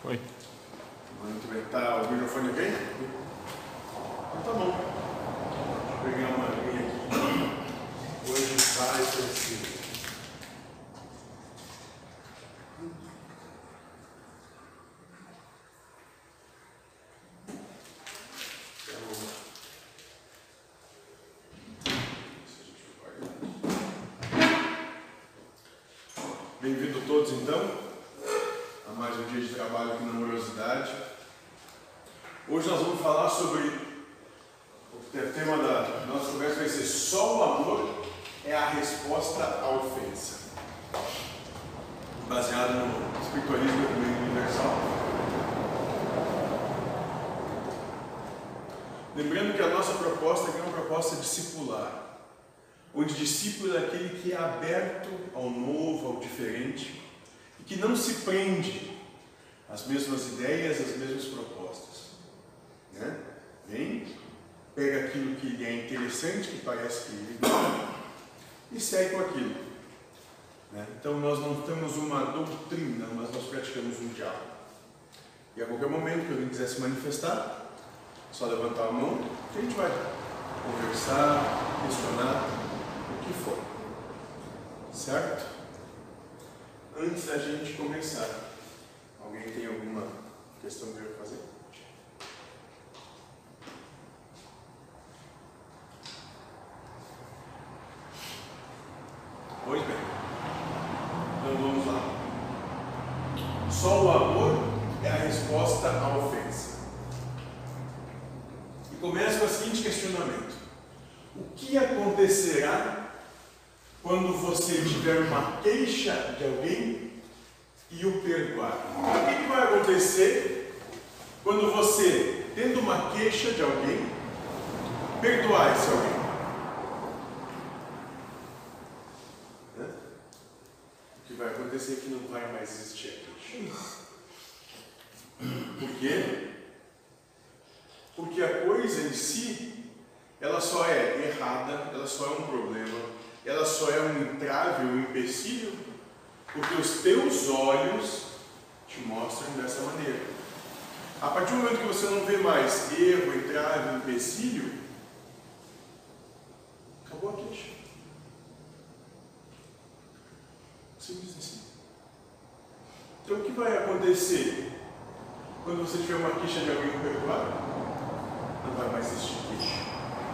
Oi. Muito bem. Tá o microfone ok? Então tá bom. Deixa eu pegar uma linha aqui. Hoje vai ser assim. Bem-vindo todos então a mais um dia de trabalho aqui na Amorosidade. Hoje nós vamos falar sobre o tema da nossa conversa vai ser só o amor é a resposta à ofensa, baseado no espiritualismo universal. Lembrando que a nossa proposta aqui é uma proposta discipular, onde discípulo é aquele que é aberto ao novo, ao diferente, e que não se prende às mesmas ideias, às mesmas propostas. Né? Vem, pega aquilo que é interessante, que parece que ele gosta, e segue com aquilo. Né? Então nós não temos uma doutrina, mas nós praticamos um diálogo. E a qualquer momento que alguém quiser se manifestar, é só levantar a mão, que a gente vai conversar, questionar, o que for. Certo? Antes da gente começar, alguém tem alguma questão que eu quero fazer? Pois bem. Então vamos lá. Só o amor é a resposta à ofensa. E começa com o seguinte questionamento: o que acontecerá quando você tiver uma queixa de alguém e o perdoar? O que vai acontecer quando você, tendo uma queixa de alguém, perdoar esse alguém? O que vai acontecer é que não vai mais existir a queixa. Por quê? Porque a coisa em si, ela só é errada, ela só é um problema, ela só é um entrave, um empecilho, porque os teus olhos te mostram dessa maneira. A partir do momento que você não vê mais erro, entrave, empecilho, acabou a queixa. Simples assim. Então o que vai acontecer quando você tiver uma queixa de alguém perdoar? Não vai mais existir queixa.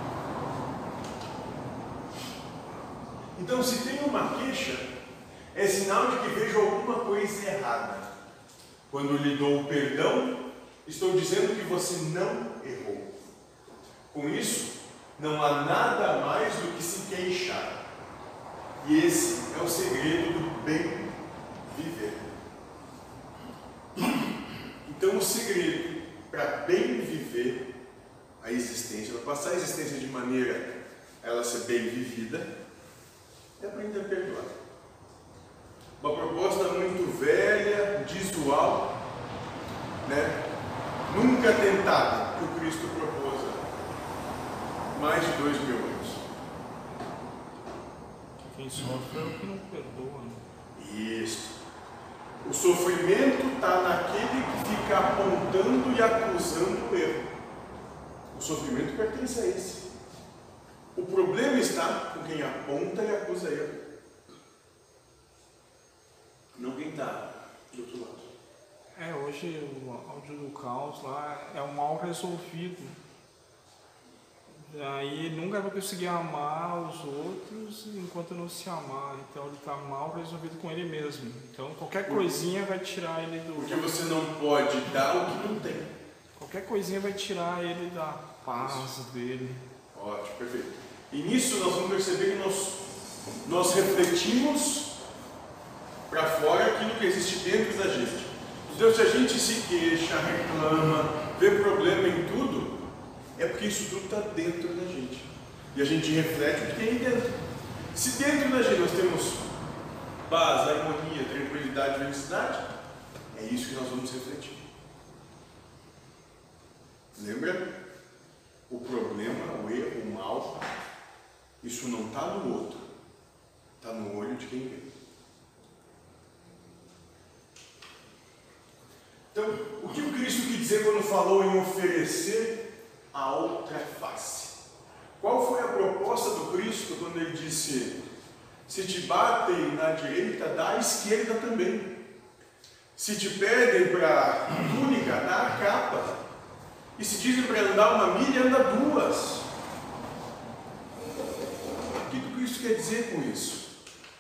Então, se tem uma queixa, é sinal de que vejo alguma coisa errada. Quando lhe dou o perdão, estou dizendo que você não errou. Com isso, não há nada mais do que se queixar. E esse é o segredo do bem viver. Então, o segredo para bem viver a existência, para passar a existência de maneira a ela ser bem vivida, é aprender a perdoar. Uma proposta muito velha, desusual, né? Nunca tentada, que o Cristo propôs há mais de 2000 anos. Quem sofre é o que não perdoa. Isso. O sofrimento está naquele que fica apontando e acusando o erro. O sofrimento pertence a esse. O problema está com quem aponta e acusa erro. Não quem está do outro lado. Hoje o áudio do caos lá é um mal resolvido. Aí nunca vai conseguir amar os outros enquanto não se amar. Então ele está mal resolvido com ele mesmo. Então qualquer coisinha vai tirar ele do... Porque você não pode dar o que não tem. Qualquer coisinha vai tirar ele da paz dele. Ótimo, perfeito. E nisso nós vamos perceber que nós refletimos para fora aquilo que existe dentro da gente. Então, se a gente se queixa, reclama, vê problema em tudo, é porque isso tudo está dentro da gente. E a gente reflete o que tem aí dentro. Se dentro da gente nós temos paz, harmonia, tranquilidade e felicidade, é isso que nós vamos refletir. Lembra? O problema, o erro, o mal, isso não está no outro, está no olho de quem vê. Então, dizer quando falou em oferecer a outra face? Qual foi a proposta do Cristo quando ele disse: se te batem na direita, dá à esquerda também. Se te pedem para a túnica, dá a capa. E se dizem para andar uma milha, anda duas. O que Cristo quer dizer com isso?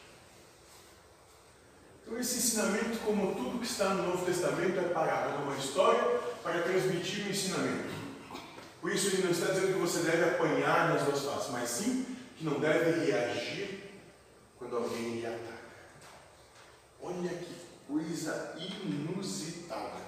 Então esse ensinamento, como tudo que está no Novo Testamento, é parado numa história para transmitir o ensinamento. Por isso ele não está dizendo que você deve apanhar nas duas faces, mas sim que não deve reagir quando alguém lhe ataca. Olha que coisa inusitada.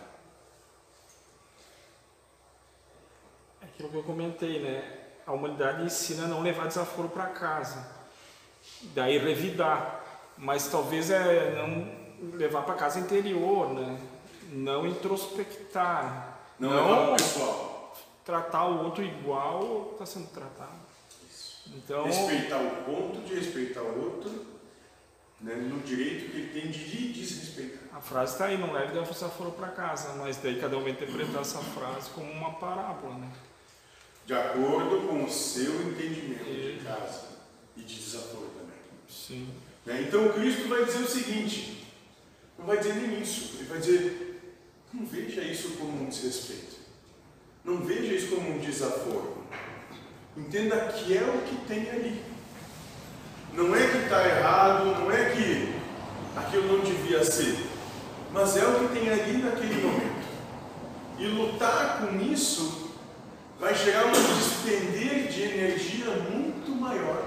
É aquilo que eu comentei, né? A humanidade ensina a não levar desaforo para casa, daí revidar, mas talvez não levar para casa interior, né? Não introspectar, não pessoal. Tratar o outro igual está sendo tratado. Isso. Então, respeitar o ponto de respeitar o outro, né, no direito que ele tem de lhe desrespeitar. A frase está aí, não leve desaforo para casa, mas daí cada um vai interpretar essa frase como uma parábola, né? De acordo com o seu entendimento de casa e de desaforo também. Sim. Né? Então Cristo vai dizer o seguinte, não vai dizer nem isso, ele vai dizer: não veja isso como um desrespeito, não veja isso como um desaforo, entenda que é o que tem ali. Não é que está errado, não é que aquilo não devia ser, mas é o que tem ali naquele momento. E lutar com isso vai gerar um despender de energia muito maior.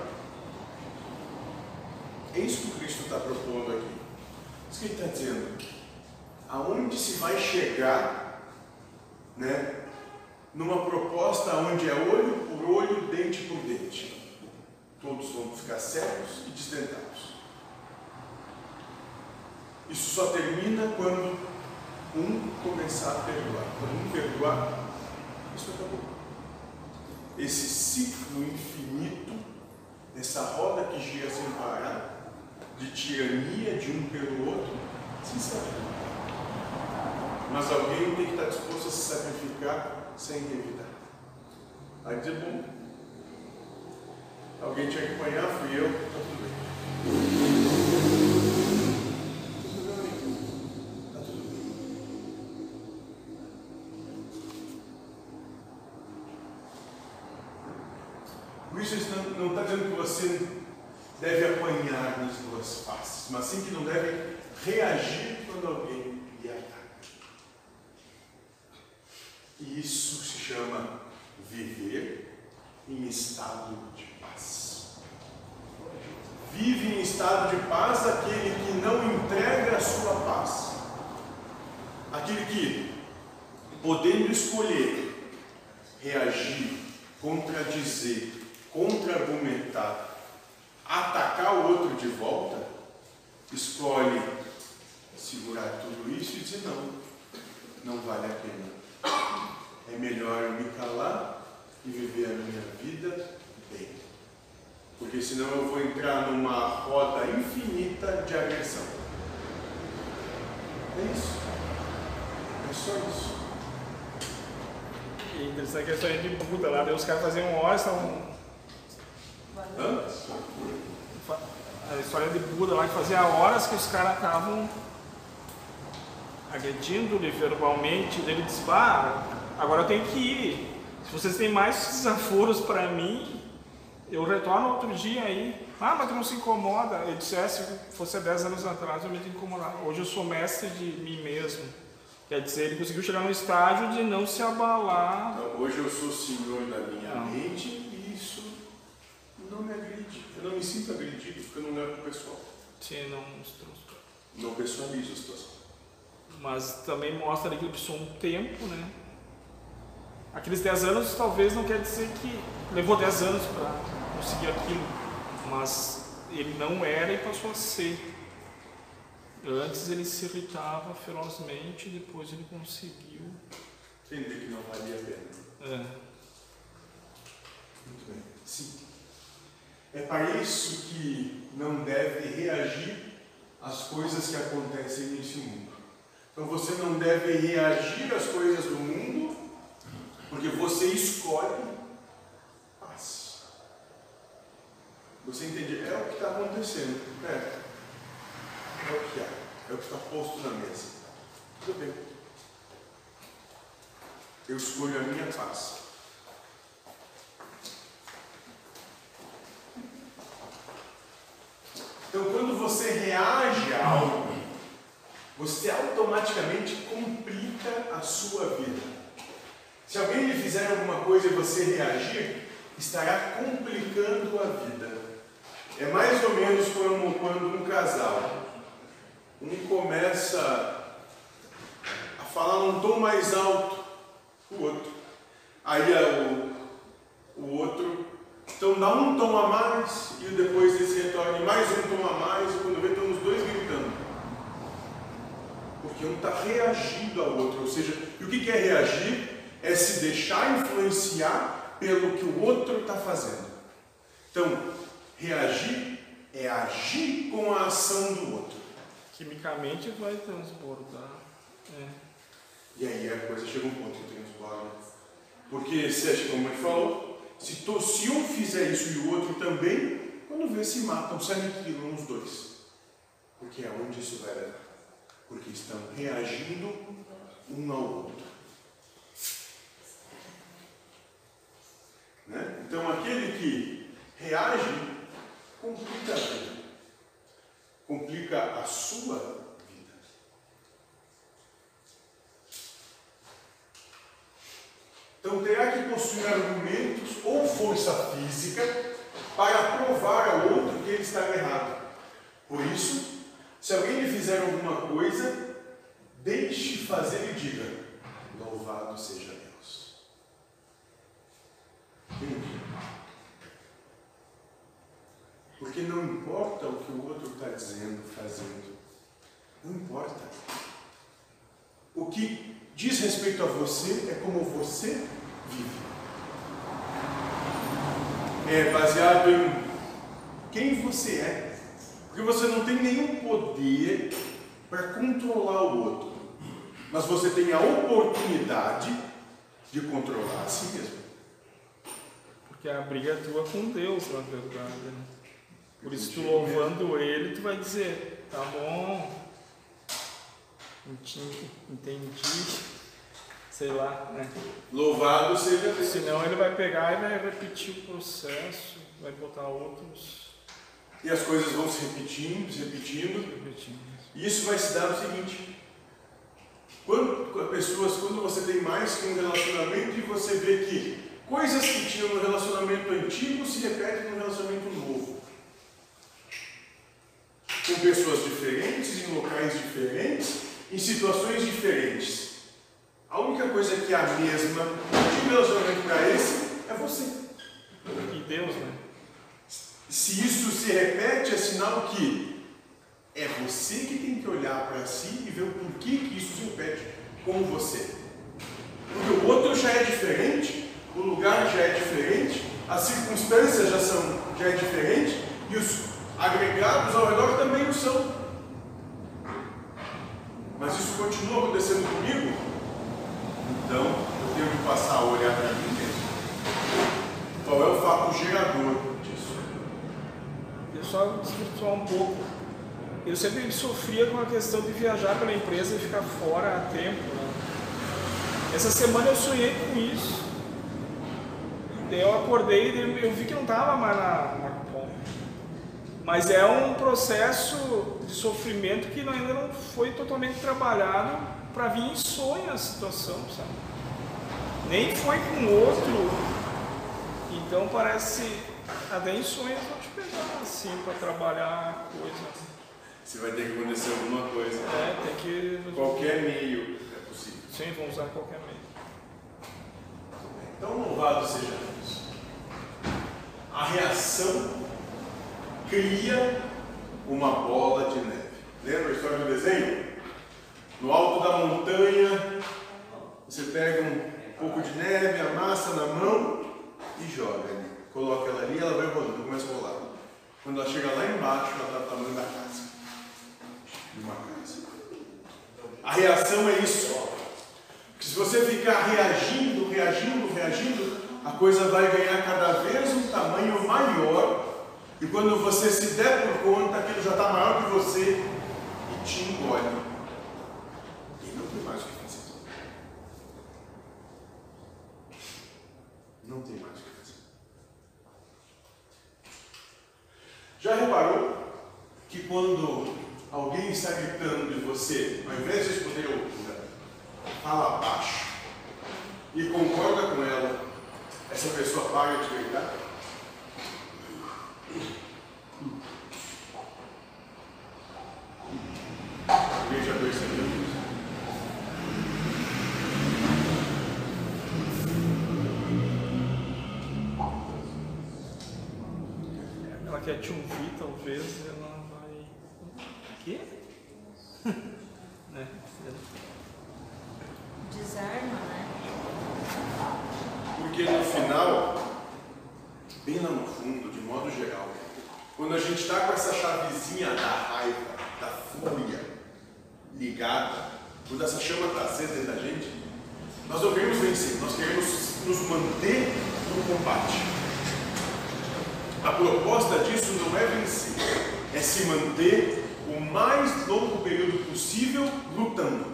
É isso que o Cristo está propondo aqui. Isso que ele está dizendo. Aonde se vai chegar, né, numa proposta onde é olho por olho, dente por dente. Todos vão ficar cegos e desdentados. Isso só termina quando um começar a perdoar. Quando um perdoar, isso acabou. Esse ciclo infinito, essa roda que gira sem parar, de tirania de um pelo outro, se encerra. Mas alguém tem que estar disposto a se sacrificar sem revidar. Aí dizer: bom, alguém tinha que apanhar, fui eu, está tudo bem. Está tudo bem. Por isso ele não está dizendo que você deve apanhar nas duas faces, mas sim que não deve reagir quando alguém lhe ataca. E isso se chama viver em estado de paz. Vive em estado de paz aquele que não entrega a sua paz. Aquele que, podendo escolher reagir, contradizer, contra-argumentar, atacar o outro de volta, escolhe segurar tudo isso e dizer: não vale a pena. É melhor eu me calar e viver a minha vida bem. Porque senão eu vou entrar numa roda infinita de agressão. É isso. É só isso. E interessante que a história de Buda lá, os caras faziam horas, estavam... A história de Buda lá, que fazia horas que os caras estavam agredindo-lhe verbalmente, ele disse: agora eu tenho que ir. Se vocês têm mais desaforos para mim, eu retorno outro dia aí. Mas tu não se incomoda. Eu disse: se fosse há 10 anos atrás eu me incomodava. Hoje eu sou mestre de mim mesmo. Quer dizer, ele conseguiu chegar num estágio de não se abalar. Então, hoje eu sou senhor da minha mente e isso não me agride. Eu não me sinto agredido porque eu não levo para o pessoal. Sim, não pessoalizo a situação. Mas também mostra ali que ele precisou um tempo, né? Aqueles 10 anos talvez não quer dizer que levou 10 anos para conseguir aquilo, mas ele não era e passou a ser. Antes ele se irritava ferozmente, depois ele conseguiu entender que não valia a pena. Muito bem. Sim. É para isso que não deve reagir às coisas que acontecem nesse mundo. Então você não deve reagir às coisas do mundo Porque você escolhe paz. Você entende? É o que está acontecendo. É o que há. É o que está posto na mesa. Tudo bem. Eu escolho a minha paz. Então, quando você reage a algo, você automaticamente complica a sua vida. Se alguém lhe fizer alguma coisa e você reagir, estará complicando a vida. É mais ou menos como quando um casal, começa a falar num tom mais alto que o outro. Aí o outro, então dá um tom a mais e depois eles retornam mais um tom a mais e quando vê estão os dois gritando. Porque um está reagindo ao outro. Ou seja, e o que é reagir? É se deixar influenciar pelo que o outro está fazendo. Então, reagir é agir com a ação do outro. Quimicamente vai transbordar. E aí a coisa chega a um ponto que transborda. Porque, como ele falou, se um fizer isso e o outro também, quando vê, se matam, se aniquilam os dois. Porque é onde isso vai levar. Porque estão reagindo um ao outro. Né? Então, aquele que reage complica a vida. Complica a sua vida. Então, terá que possuir argumentos ou força física para provar ao outro que ele está errado. Por isso, se alguém lhe fizer alguma coisa, deixe fazer e diga: louvado seja Deus. Entendi. Porque não importa o que o outro está dizendo, fazendo. Não importa. O que diz respeito a você é como você vive. É baseado em quem você é. Porque você não tem nenhum poder para controlar o outro. Mas você tem a oportunidade de controlar a si mesmo. Porque a briga é tua com Deus, na verdade. Né? Por isso, tu louvando Ele, tu vai dizer: tá bom, entendi, sei lá, né? Louvado seja Deus. Senão ele vai pegar e vai repetir o processo, vai botar outros. E as coisas vão se repetindo. E isso vai se dar no seguinte: quando você tem mais que um relacionamento e você vê que coisas que tinham no relacionamento antigo se repetem no relacionamento novo. Com pessoas diferentes, em locais diferentes, em situações diferentes. A única coisa que é a mesma de um relacionamento para esse é você. E Deus, né? Se isso se repete, é sinal que é você que tem que olhar para si e ver o porquê que isso se repete com você. Porque o outro já é diferente, o lugar já é diferente, as circunstâncias já é diferente e os agregados ao redor também o são. Mas isso continua acontecendo comigo? Então eu tenho que passar a olhar para mim mesmo. Qual é o fato gerador disso? Eu só desvirtuar um pouco. Eu sempre sofria com a questão de viajar pela empresa e ficar fora a tempo. Né? Essa semana eu sonhei com isso. Daí eu acordei e eu vi que não estava mais na cupom. Mas é um processo de sofrimento que ainda não foi totalmente trabalhado para vir em sonho a situação, sabe? Nem foi com outro. Então parece, até em sonhos vão te pegar assim para trabalhar a coisa. Você vai ter que acontecer alguma coisa. Tem que... Qualquer meio é possível. Sim, vão usar qualquer meio. Então louvado seja Deus. A reação cria uma bola de neve. Lembra a história do desenho? No alto da montanha, você pega um pouco de neve, amassa na mão e joga ali. Coloca ela ali, ela vai rolando, começa a rolar. Quando ela chega lá embaixo, ela está do tamanho da casa. De uma casa. A reação é isso. Porque se você ficar reagindo, reagindo, a coisa vai ganhar cada vez um tamanho maior. E quando você se der por conta, aquilo já está maior que você e te engole. E não tem mais o que fazer. Não tem mais o que fazer. Já reparou que quando alguém está gritando e você, ao invés de responder à altura, fala baixo e concorda com ela, essa pessoa para de gritar? Alguém já percebeu isso? Ela quer te ouvir, talvez, ela vai... Quê? Né? Desarma, né? Porque no final, bem lá no fundo, de modo geral, quando a gente está com essa chavezinha da raiva, da fúria ligada, quando essa chama está acesa dentro da gente, nós não queremos vencer, nós queremos nos manter no combate. A proposta disso não é vencer, é se manter o mais longo período possível lutando.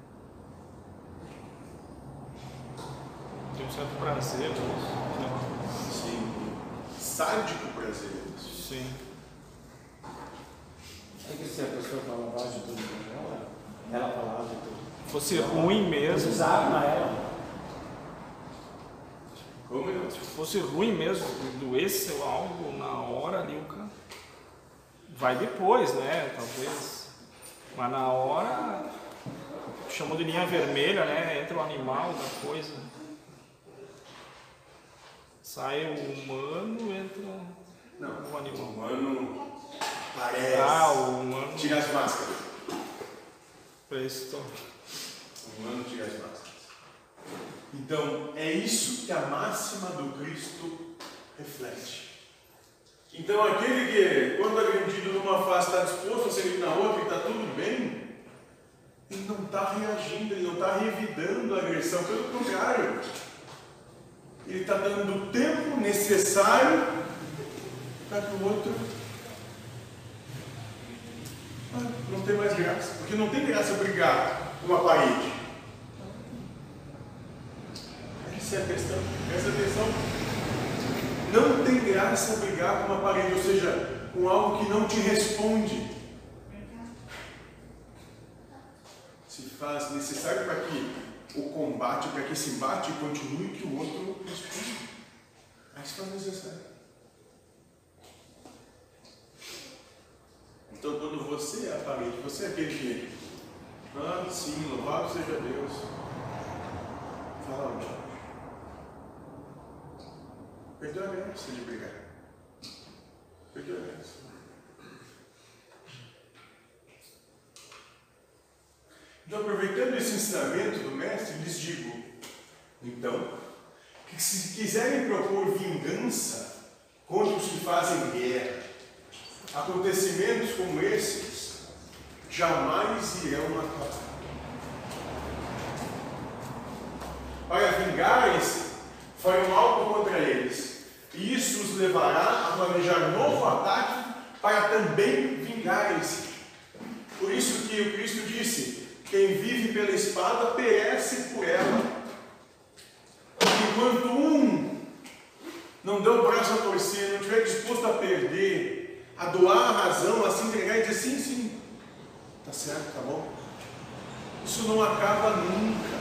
Tem um certo prazer nisso. Sim. Sádico prazer. Sim. É que se a pessoa fala baixo de tudo ela falava de tudo. Fosse ruim mesmo. Desarma ela. Como é? Se fosse ruim mesmo, doesse algo na hora ali, o cara vai depois, né? Talvez. Mas na hora, chamou de linha vermelha, né? Entra o animal da coisa. Sai o humano, entra o animal. O humano parece. O humano. Tira as máscaras. Presto. O humano tira as máscaras. Então, é isso que a máxima do Cristo reflete. Então, aquele que, quando agredido numa face, está disposto a ser na outra e está tudo bem, ele não está reagindo, ele não está revidando a agressão, pelo contrário. Ele está dando o tempo necessário para que o outro não tenha mais graça. Porque não tem graça brigar com uma parede. Essa é a questão. Presta atenção. Não tem graça brigar com uma parede, ou seja, com algo que não te responde. Se faz necessário para que o combate, para que esse embate continue, que o outro responda. Aí se faz necessário. Então, quando você é a parede, você é aquele que, sim, louvado seja Deus. Fala onde? Perdoa a graça de brigar. Perdoa a graça. Então, aproveitando esse ensinamento do mestre, lhes digo, então, que se quiserem propor vingança contra os que fazem guerra, acontecimentos como esses jamais irão acabar. Para vingarem-se, farão algo contra eles, e isso os levará a planejar novo ataque para também vingarem-se. Por isso que o Cristo disse: quem vive pela espada perece por ela. Enquanto um não deu o braço a torcer, não estiver disposto a perder, a doar a razão, a se entregar e dizer sim, tá certo, tá bom, isso não acaba nunca.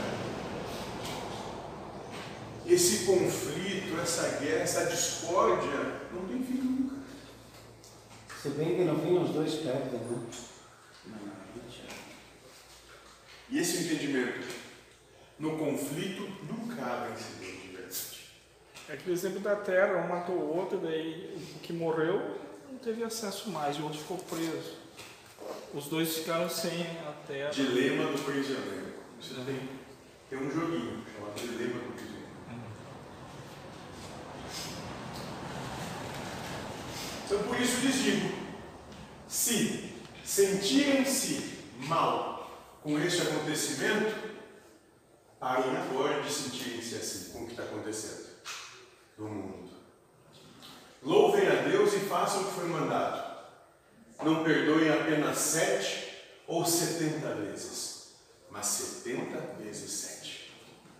Esse conflito, essa guerra, essa discórdia não tem fim nunca. Se bem que no fim os dois perdem, né? E esse entendimento, no conflito nunca há vencedor de verdade. É aquele exemplo da terra, um matou o outro, daí o que morreu não teve acesso mais, e o outro ficou preso. Os dois ficaram sem a terra. Dilema do prisioneiro. Você tem um joguinho chamado Dilema do prisioneiro. Então, por isso lhes digo, se sentirem-se mal com este acontecimento, Parem agora de sentirem-se assim com o que está acontecendo no mundo. Louvem a Deus e façam o que foi mandado. Não perdoem apenas 7 ou 70 vezes, mas 70 vezes 7.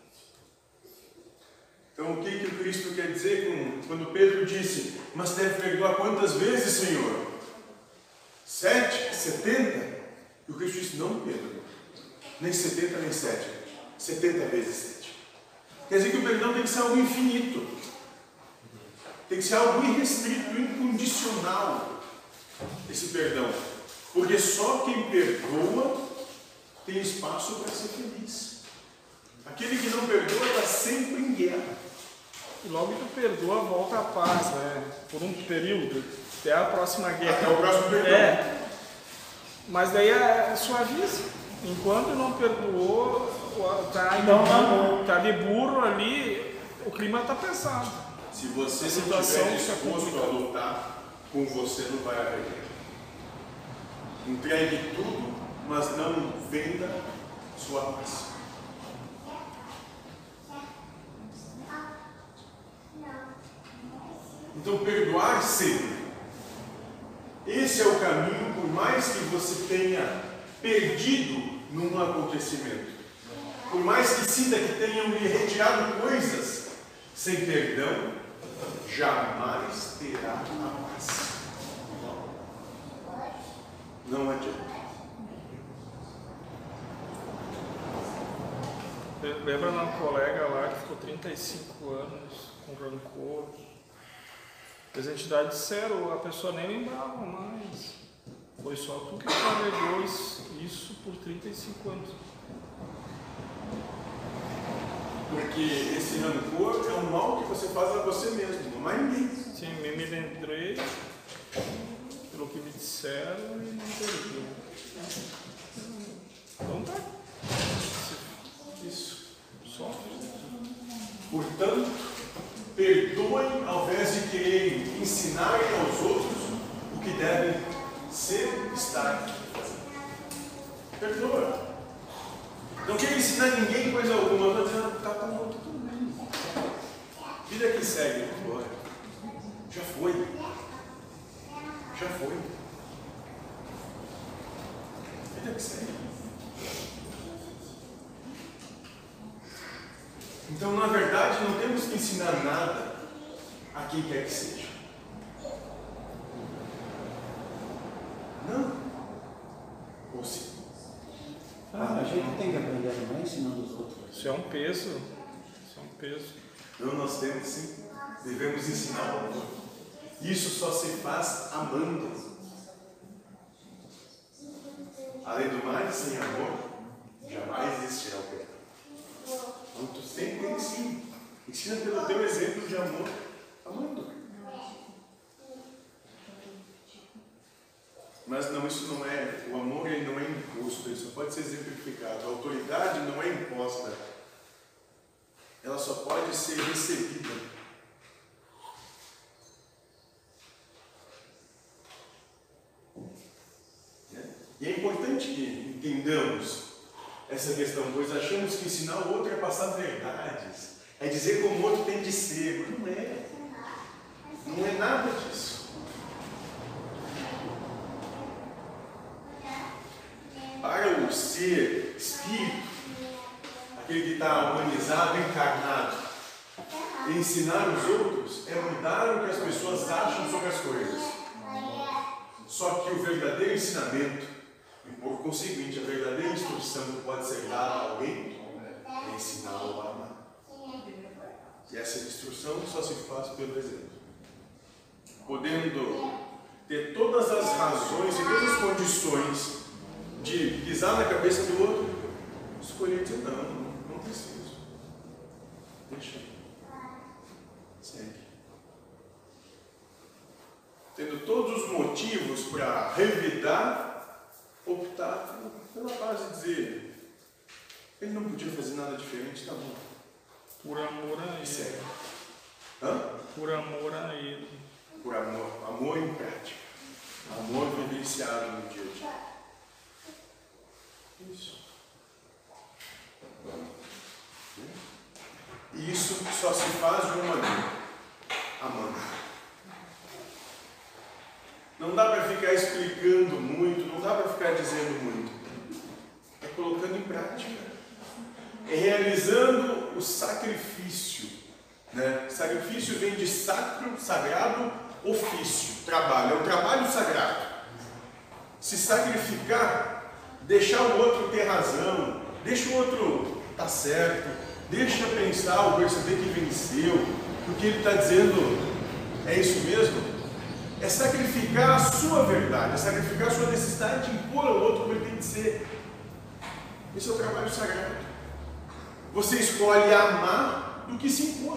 Então o que o Cristo quer dizer quando Pedro disse, mas deve perdoar quantas vezes, Senhor? 7? 70? E o Cristo disse, não, Pedro, nem 70 nem 7, 70 vezes 7. Quer dizer que o perdão tem que ser algo infinito, tem que ser algo irrestrito, incondicional, esse perdão, porque só quem perdoa tem espaço para ser feliz. Aquele que não perdoa está sempre em guerra. E logo que tu perdoa, volta a paz, né? Por um período, até a próxima guerra. Até o próximo perdão. Mas daí suaviza. Enquanto não perdoou, tá de burro ali, o clima tá pesado. Se você não estiver disposto a lutar, com você não vai haver guerra. Entregue tudo, mas não venda sua paz. Então, perdoar sempre. Esse é o caminho, por mais que você tenha perdido num acontecimento. Por mais que sinta que tenham lhe retirado coisas, sem perdão, jamais terá a paz. Não adianta. Lembra uma colega lá que ficou 35 anos com rancor? As entidades disseram, a pessoa nem lembrava mais. Foi só tu que carregou isso por 35 anos. Porque esse rancor é um mal que você faz a você mesmo, não mais ninguém. Sim, me lembrei pelo que me disseram e não perdi. Então tá. Isso. Só. Portanto, perdoem ao invés de quererem ensinarem aos outros o que devem ser, estar e fazer. Perdoa. Não quero ensinar ninguém coisa alguma. Estou dizendo, tá bom, tudo bem. Vida que segue, agora. Já foi. Já foi. Vida que segue. Então, na verdade, não temos que ensinar nada a quem quer que seja. Não. Ou sim. A gente tem que aprender também ensinando os outros. Isso é um peso. Isso é um peso. Não, nós temos sim. Devemos ensinar o amor. Isso só se faz amando. Além do mais, sem amor, jamais existirá o perdão. Então tu sempre ensina. Ensina pelo teu exemplo de amor, amando. Mas não, isso não é, o amor ele não é imposto, ele só pode ser exemplificado. A autoridade não é imposta. Ela só pode ser recebida. E é importante que entendamos essa questão, pois achamos que ensinar o outro é passar verdades, é dizer como o outro tem de ser, mas não é. Não é nada disso. Para o ser, espírito, aquele que está humanizado, encarnado, ensinar os outros é mudar o que as pessoas acham sobre as coisas. Só que o verdadeiro ensinamento, e por conseguinte a verdadeira instrução que pode ser dada a alguém, é ensiná-lo a amar. E essa instrução só se faz pelo exemplo. Podendo ter todas as razões e todas as condições de pisar na cabeça do outro, escolher dizer não preciso. Deixa. Segue. Tendo todos os motivos para revidar, optar pela base de dizer, ele não podia fazer nada diferente, tá bom. Por amor a ele. Segue. Hã? Por amor a ele. Por amor. Amor em prática. Amor vivenciado no dia a dia. Isso. E isso só se faz de uma maneira: amando. Não dá para ficar explicando muito, não dá para ficar dizendo muito. É colocando em prática. É realizando o sacrifício. Né? Sacrifício vem de sacro, sagrado, ofício, trabalho. É o trabalho sagrado. Se sacrificar, deixar o outro ter razão, deixa o outro estar certo, deixa pensar ou perceber que venceu, o que ele está dizendo é isso mesmo. É sacrificar a sua verdade, é sacrificar a sua necessidade de impor ao outro como ele tem de ser. Esse é o trabalho sagrado. Você escolhe amar do que se impor.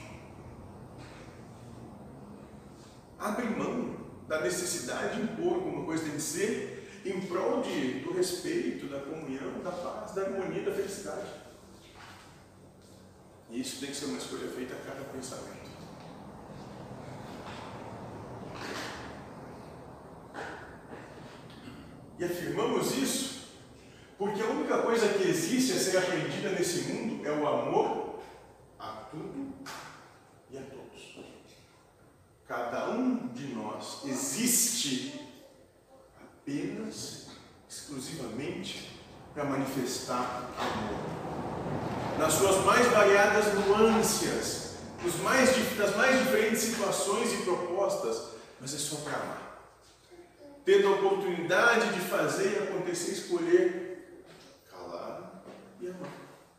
Abre mão da necessidade de impor como uma coisa tem de ser, em prol do respeito, da comunhão, da paz, da harmonia, da felicidade. E isso tem que ser uma escolha feita a cada pensamento. E afirmamos isso porque a única coisa que existe a ser aprendida nesse mundo é o amor a tudo e a todos. Cada um de nós existe apenas, exclusivamente, para manifestar amor. Nas suas mais variadas nuances, das mais diferentes situações e propostas, mas é só para amar. Tendo a oportunidade de fazer e acontecer, escolher calar e amar.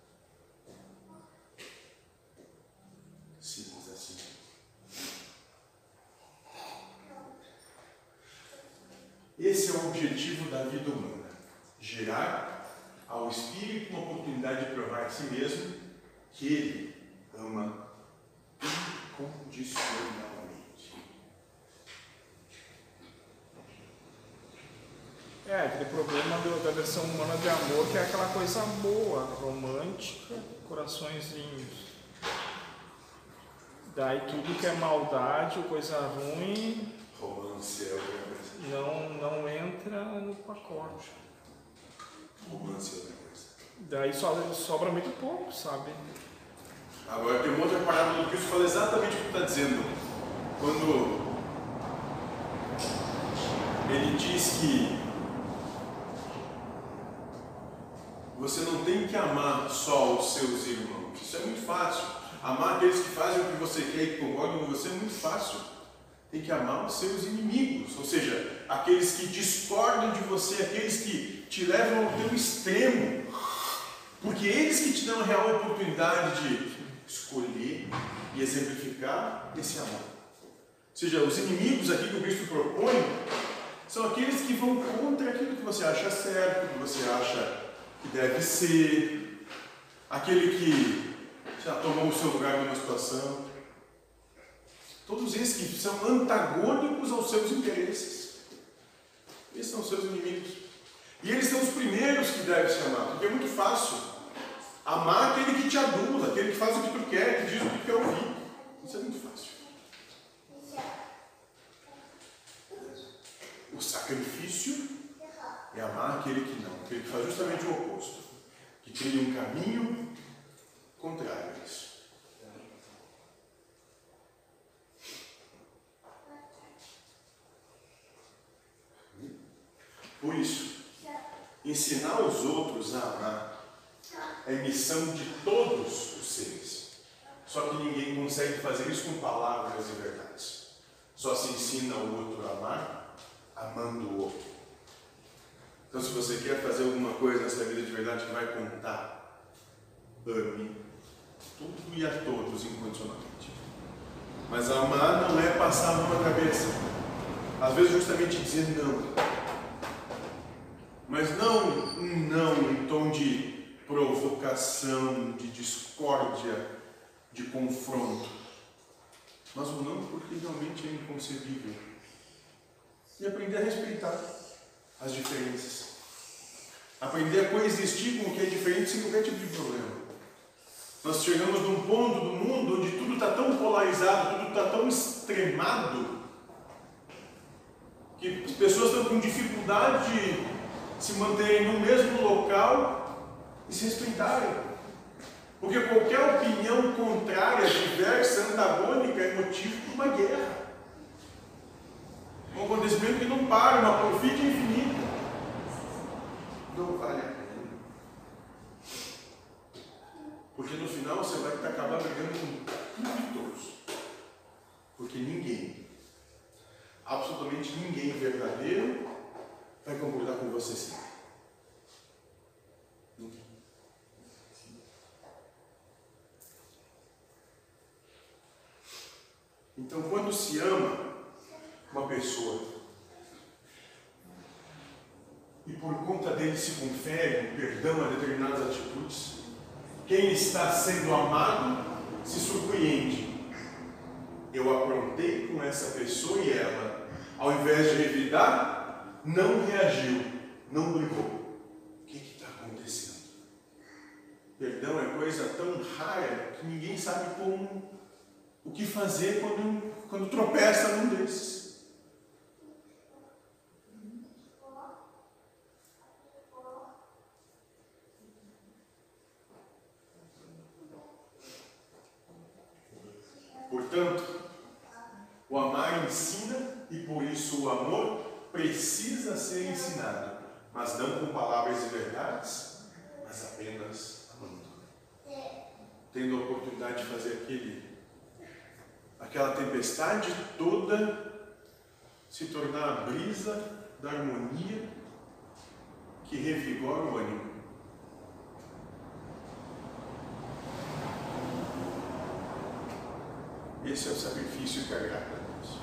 Simples assim. Esse é o objetivo da vida humana: gerar ao espírito uma oportunidade de provar a si mesmo que ele ama incondicionalmente. É, aquele problema da versão humana de amor, que é aquela coisa boa, romântica, coraçõezinhos. Daí tudo que é maldade ou coisa ruim Romance é outra coisa. Não entra no pacote. Romance é outra coisa. Daí sobra muito pouco, sabe? Agora tem uma outra parábola do Cristo que fala exatamente o que está dizendo. Quando ele diz que você não tem que amar só os seus irmãos. Isso é muito fácil. Amar aqueles que fazem o que você quer e que concordam com você é muito fácil. Tem que amar os seus inimigos, ou seja, aqueles que discordam de você, aqueles que te levam ao teu extremo. Porque eles que te dão a real oportunidade de escolher e exemplificar esse amor. Ou seja, os inimigos aqui que o Cristo propõe são aqueles que vão contra aquilo que você acha certo, que você acha que deve ser, aquele que já tomou o seu lugar numa situação. Todos esses que são antagônicos aos seus interesses. Esses são os seus inimigos. E eles são os primeiros que devem se amar, porque é muito fácil amar aquele que te adula, aquele que faz o que tu quer, que diz o que tu quer ouvir. Isso é muito fácil. O sacrifício é amar aquele que não, aquele que faz justamente o oposto, que cria um caminho contrário a isso. Por isso, ensinar os outros a amar é missão de todos os seres. Só que ninguém consegue fazer isso com palavras e verdades. Só se ensina o outro a amar, amando o outro. Então, se você quer fazer alguma coisa nessa vida de verdade que vai contar, ame tudo e a todos incondicionalmente. Mas amar não é passar a mão na cabeça. Às vezes justamente dizer não. Mas não um não em tom de provocação, de discórdia, de confronto. Mas um não porque realmente é inconcebível. E aprender a respeitar as diferenças. Aprender a coexistir com o que é diferente sem qualquer tipo de problema. Nós chegamos num ponto do mundo onde tudo está tão polarizado, tudo está tão extremado, que as pessoas estão com dificuldade de se manterem no mesmo local e se respeitarem. Porque qualquer opinião contrária, diversa, antagônica é motivo de uma guerra. Um acontecimento que não para, uma porfídia infinita. Não vale a pena. Porque no final você vai acabar brigando com tudo e todos. Porque ninguém, absolutamente ninguém verdadeiro, vai concordar com você sempre. Ninguém. Então, quando se ama uma pessoa e por conta dele se confere perdão a determinadas atitudes, quem está sendo amado se surpreende. Eu aprontei com essa pessoa e ela, ao invés de revidar, não reagiu, não brigou. O que está acontecendo? Perdão é coisa tão rara que ninguém sabe o que fazer quando tropeça num desses. Portanto, o amar ensina e por isso o amor precisa ser ensinado, mas não com palavras e verdades, mas apenas amando. Tendo a oportunidade de fazer aquela tempestade toda se tornar a brisa da harmonia que revigora o ânimo. Esse é o sacrifício que agrada a Deus.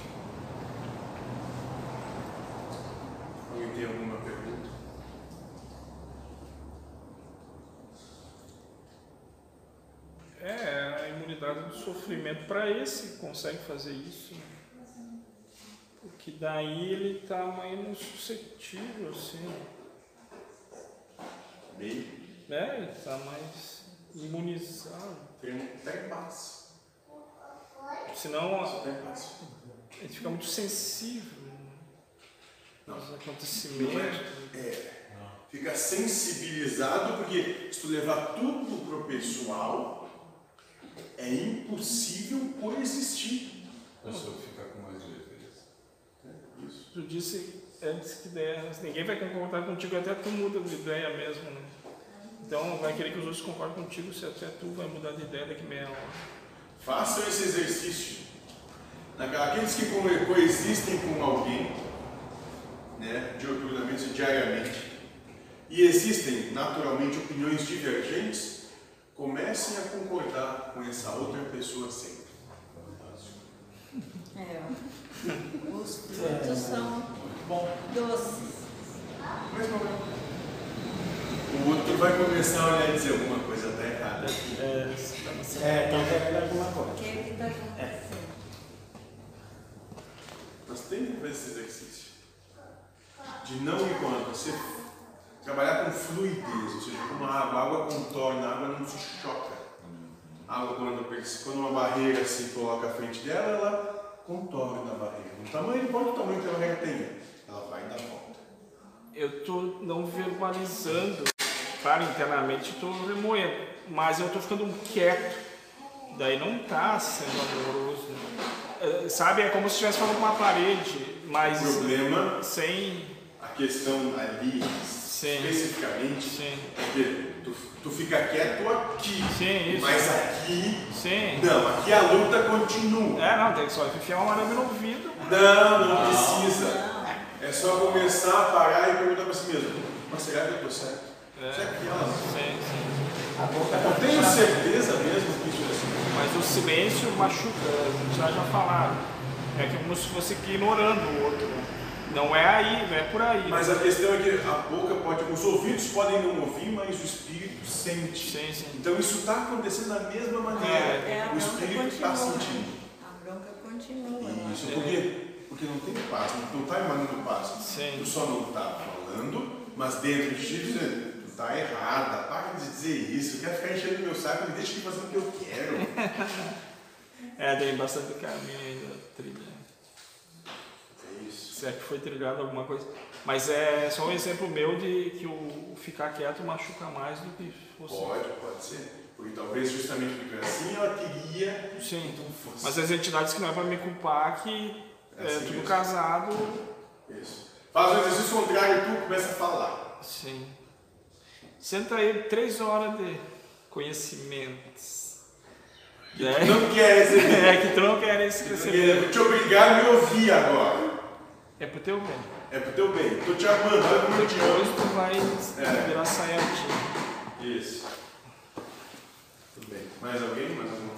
Alguém tem alguma pergunta? A imunidade do sofrimento para esse consegue fazer isso. Porque daí ele está menos suscetível, assim. Meio. Ele está mais imunizado. Tem paz. Senão ele fica muito sensível aos acontecimentos. Fica sensibilizado, porque se tu levar tudo para o pessoal, é impossível coexistir. A pessoa fica com mais leveza. Isso. Tu disse antes que ninguém vai concordar contigo, até tu muda de ideia mesmo, né? Então vai querer que os outros concordem contigo se até tu vai mudar de ideia daqui meia hora. Façam esse exercício. Aqueles que coexistem com alguém, né, diuturnamente, diariamente, e existem naturalmente opiniões divergentes, comecem a concordar com essa outra pessoa sempre. Os frutos são doces. Mas não é. O outro vai começar a olhar e dizer alguma coisa está errada. Então quer alguma coisa. O que está acontecendo? Nós temos que fazer esse exercício. De não enquanto você trabalhar com fluidez, ou seja, como a água contorna, a água não se choca. A água, quando uma barreira se coloca à frente dela, ela contorna a barreira. No tamanho, quanto o tamanho que a barreira tenha, ela vai dar volta. Eu estou não verbalizando, claro, internamente estou remoendo, mas eu estou ficando quieto, daí não está sendo amoroso. Sabe, é como se estivesse falando com uma parede, mas o problema, sem... a questão ali, especificamente, é que tu fica quieto aqui, mas aqui, não, aqui a luta continua. Não, tem que só enfiar uma arame no ouvido. Não precisa. É só começar a parar e perguntar para si mesmo, mas será que eu estou certo? Será que ela? Eu tenho certeza mesmo que isso é assim. Mas o silêncio machuca, já falaram. É como se fosse ignorando o outro. Não é aí, não é por aí. Mas a questão é que a boca pode, os ouvidos podem não ouvir, mas o espírito sente. Sim. Então isso está acontecendo da mesma maneira. O espírito está sentindo. A bronca continua. Isso, por quê? Porque não tem paz, não está emanando paz. Sim. Tu só não está falando, mas dentro de ti dizendo, tu está errada, para de dizer isso, quer ficar enchendo meu saco, me deixa aqui fazer o que eu quero. Tem bastante caminho ainda trilha. É isso. Se é que foi trilhado alguma coisa. Mas é só um exemplo meu de que o ficar quieto machuca mais do que fosse. Pode ser. Porque talvez justamente porque é assim, ela queria Sim. que tu fosse. Mas as entidades que não é pra me culpar, que é assim tudo mesmo. casado. Isso. Faz um exercício contrário e tu começa a falar. Sim. Senta aí 3 horas de conhecimentos. É, Não quer receber. é que tu não quer esse Eu receber. vou te obrigar a me ouvir agora. É pro teu bem. É pro teu bem. Tô te amando, olha como eu te amo. Depois tu vai É. virar saiadinho. Isso. Tudo bem. Mais alguém? Mais alguma